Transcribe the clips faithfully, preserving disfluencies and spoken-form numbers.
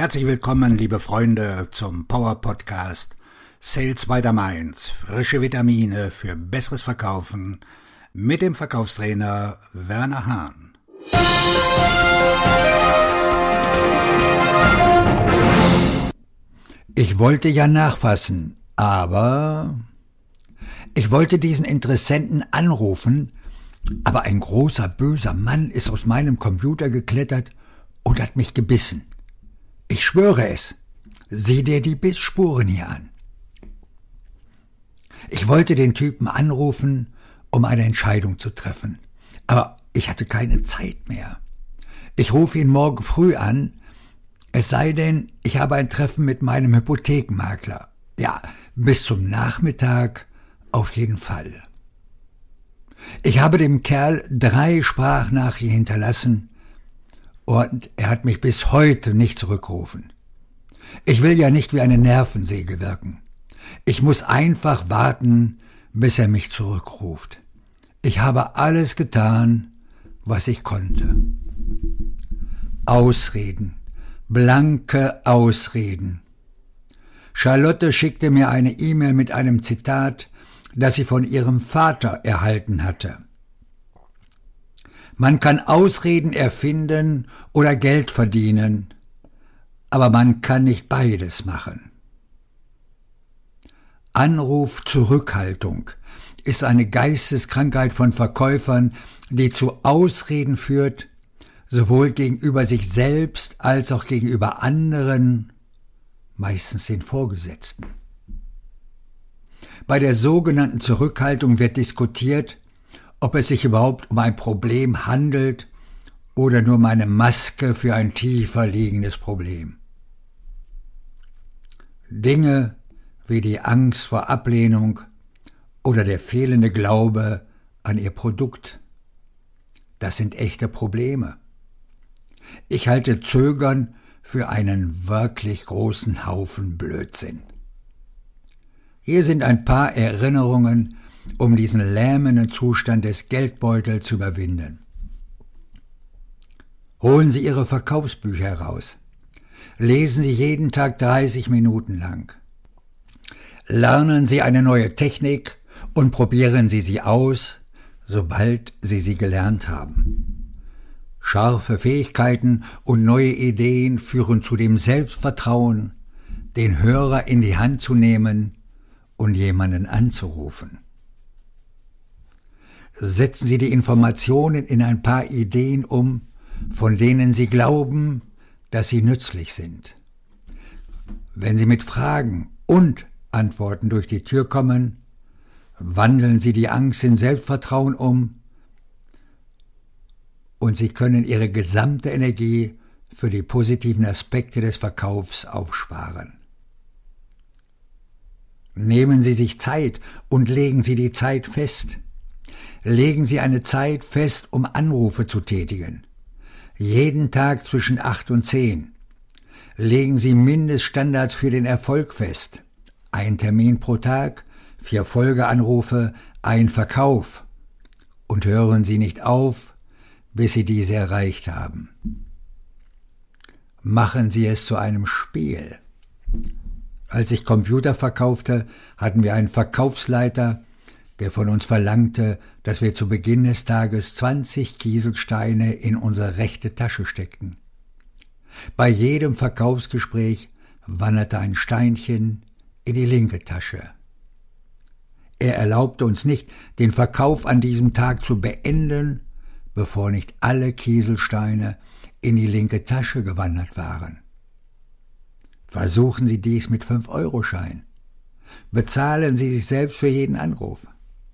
Herzlich willkommen, liebe Freunde, zum Power-Podcast Sales by the Mainz. Frische Vitamine für besseres Verkaufen mit dem Verkaufstrainer Werner Hahn. Ich wollte ja nachfassen, aber ich wollte diesen Interessenten anrufen, aber ein großer, böser Mann ist aus meinem Computer geklettert und hat mich gebissen. Ich schwöre es. Sieh dir die Bissspuren hier an. Ich wollte den Typen anrufen, um eine Entscheidung zu treffen. Aber ich hatte keine Zeit mehr. Ich rufe ihn morgen früh an, es sei denn, ich habe ein Treffen mit meinem Hypothekenmakler. Ja, bis zum Nachmittag auf jeden Fall. Ich habe dem Kerl drei Sprachnachrichten hinterlassen, und er hat mich bis heute nicht zurückgerufen. Ich will ja nicht wie eine Nervensäge wirken. Ich muss einfach warten, bis er mich zurückruft. Ich habe alles getan, was ich konnte. Ausreden, blanke Ausreden. Charlotte schickte mir eine E-Mail mit einem Zitat, das sie von ihrem Vater erhalten hatte. Man kann Ausreden erfinden oder Geld verdienen, aber man kann nicht beides machen. Anrufzurückhaltung ist eine Geisteskrankheit von Verkäufern, die zu Ausreden führt, sowohl gegenüber sich selbst als auch gegenüber anderen, meistens den Vorgesetzten. Bei der sogenannten Zurückhaltung wird diskutiert, ob es sich überhaupt um ein Problem handelt oder nur um eine Maske für ein tiefer liegendes Problem. Dinge wie die Angst vor Ablehnung oder der fehlende Glaube an ihr Produkt, das sind echte Probleme. Ich halte Zögern für einen wirklich großen Haufen Blödsinn. Hier sind ein paar Erinnerungen, um diesen lähmenden Zustand des Geldbeutels zu überwinden. Holen Sie Ihre Verkaufsbücher heraus. Lesen Sie jeden Tag dreißig Minuten lang. Lernen Sie eine neue Technik und probieren Sie sie aus, sobald Sie sie gelernt haben. Scharfe Fähigkeiten und neue Ideen führen zu dem Selbstvertrauen, den Hörer in die Hand zu nehmen und jemanden anzurufen. Setzen Sie die Informationen in ein paar Ideen um, von denen Sie glauben, dass sie nützlich sind. Wenn Sie mit Fragen und Antworten durch die Tür kommen, wandeln Sie die Angst in Selbstvertrauen um und Sie können Ihre gesamte Energie für die positiven Aspekte des Verkaufs aufsparen. Nehmen Sie sich Zeit und legen Sie die Zeit fest. Legen Sie eine Zeit fest, um Anrufe zu tätigen. Jeden Tag zwischen acht und zehn. Legen Sie Mindeststandards für den Erfolg fest. Ein Termin pro Tag, vier Folgeanrufe, ein Verkauf. Und hören Sie nicht auf, bis Sie diese erreicht haben. Machen Sie es zu einem Spiel. Als ich Computer verkaufte, hatten wir einen Verkaufsleiter, der von uns verlangte, dass wir zu Beginn des Tages zwanzig Kieselsteine in unsere rechte Tasche steckten. Bei jedem Verkaufsgespräch wanderte ein Steinchen in die linke Tasche. Er erlaubte uns nicht, den Verkauf an diesem Tag zu beenden, bevor nicht alle Kieselsteine in die linke Tasche gewandert waren. Versuchen Sie dies mit fünf Euro Schein. Bezahlen Sie sich selbst für jeden Anruf.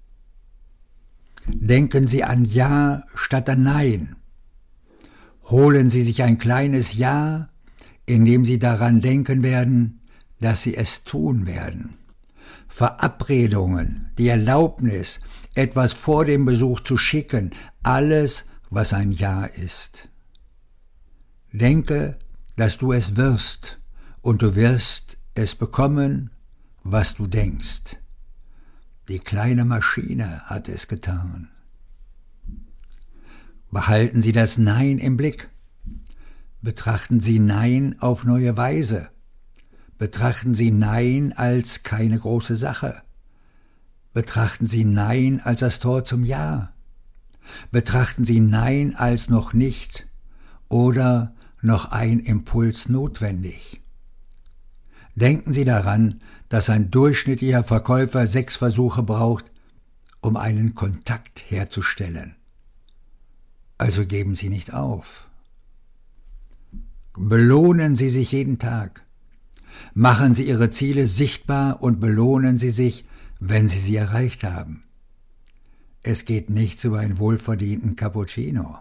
Denken Sie an Ja statt an Nein. Holen Sie sich ein kleines Ja, indem Sie daran denken werden, dass Sie es tun werden. Verabredungen, die Erlaubnis, etwas vor dem Besuch zu schicken, alles, was ein Ja ist. Denke, dass du es wirst, und du wirst es bekommen, was du denkst. Die kleine Maschine hat es getan. Behalten Sie das Nein im Blick. Betrachten Sie Nein auf neue Weise. Betrachten Sie Nein als keine große Sache. Betrachten Sie Nein als das Tor zum Ja. Betrachten Sie Nein als noch nicht oder noch ein Impuls notwendig. Denken Sie daran, dass ein durchschnittlicher Verkäufer sechs Versuche braucht, um einen Kontakt herzustellen. Also geben Sie nicht auf. Belohnen Sie sich jeden Tag. Machen Sie Ihre Ziele sichtbar und belohnen Sie sich, wenn Sie sie erreicht haben. Es geht nichts über einen wohlverdienten Cappuccino.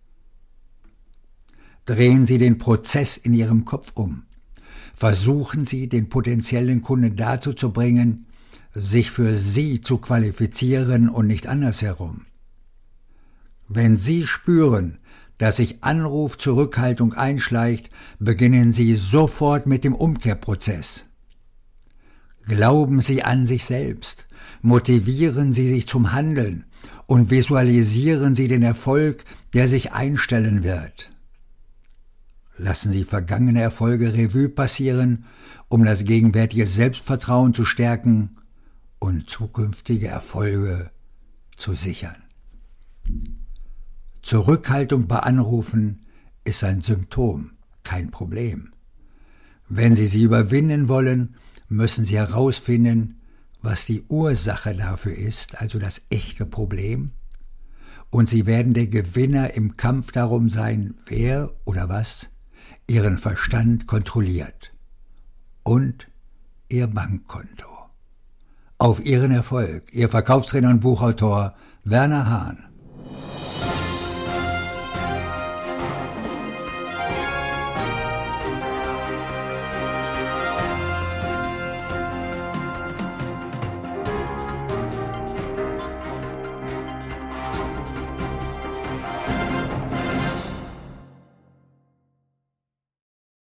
Drehen Sie den Prozess in Ihrem Kopf um. Versuchen Sie, den potenziellen Kunden dazu zu bringen, sich für Sie zu qualifizieren und nicht andersherum. Wenn Sie spüren, dass sich Anruf-Zurückhaltung einschleicht, beginnen Sie sofort mit dem Umkehrprozess. Glauben Sie an sich selbst, motivieren Sie sich zum Handeln und visualisieren Sie den Erfolg, der sich einstellen wird. Lassen Sie vergangene Erfolge Revue passieren, um das gegenwärtige Selbstvertrauen zu stärken und zukünftige Erfolge zu sichern. Zurückhaltung bei Anrufen ist ein Symptom, kein Problem. Wenn Sie sie überwinden wollen, müssen Sie herausfinden, was die Ursache dafür ist, also das echte Problem, und Sie werden der Gewinner im Kampf darum sein, wer oder was Ihren Verstand kontrolliert und Ihr Bankkonto. Auf Ihren Erfolg, Ihr Verkaufstrainer und Buchautor Werner Hahn.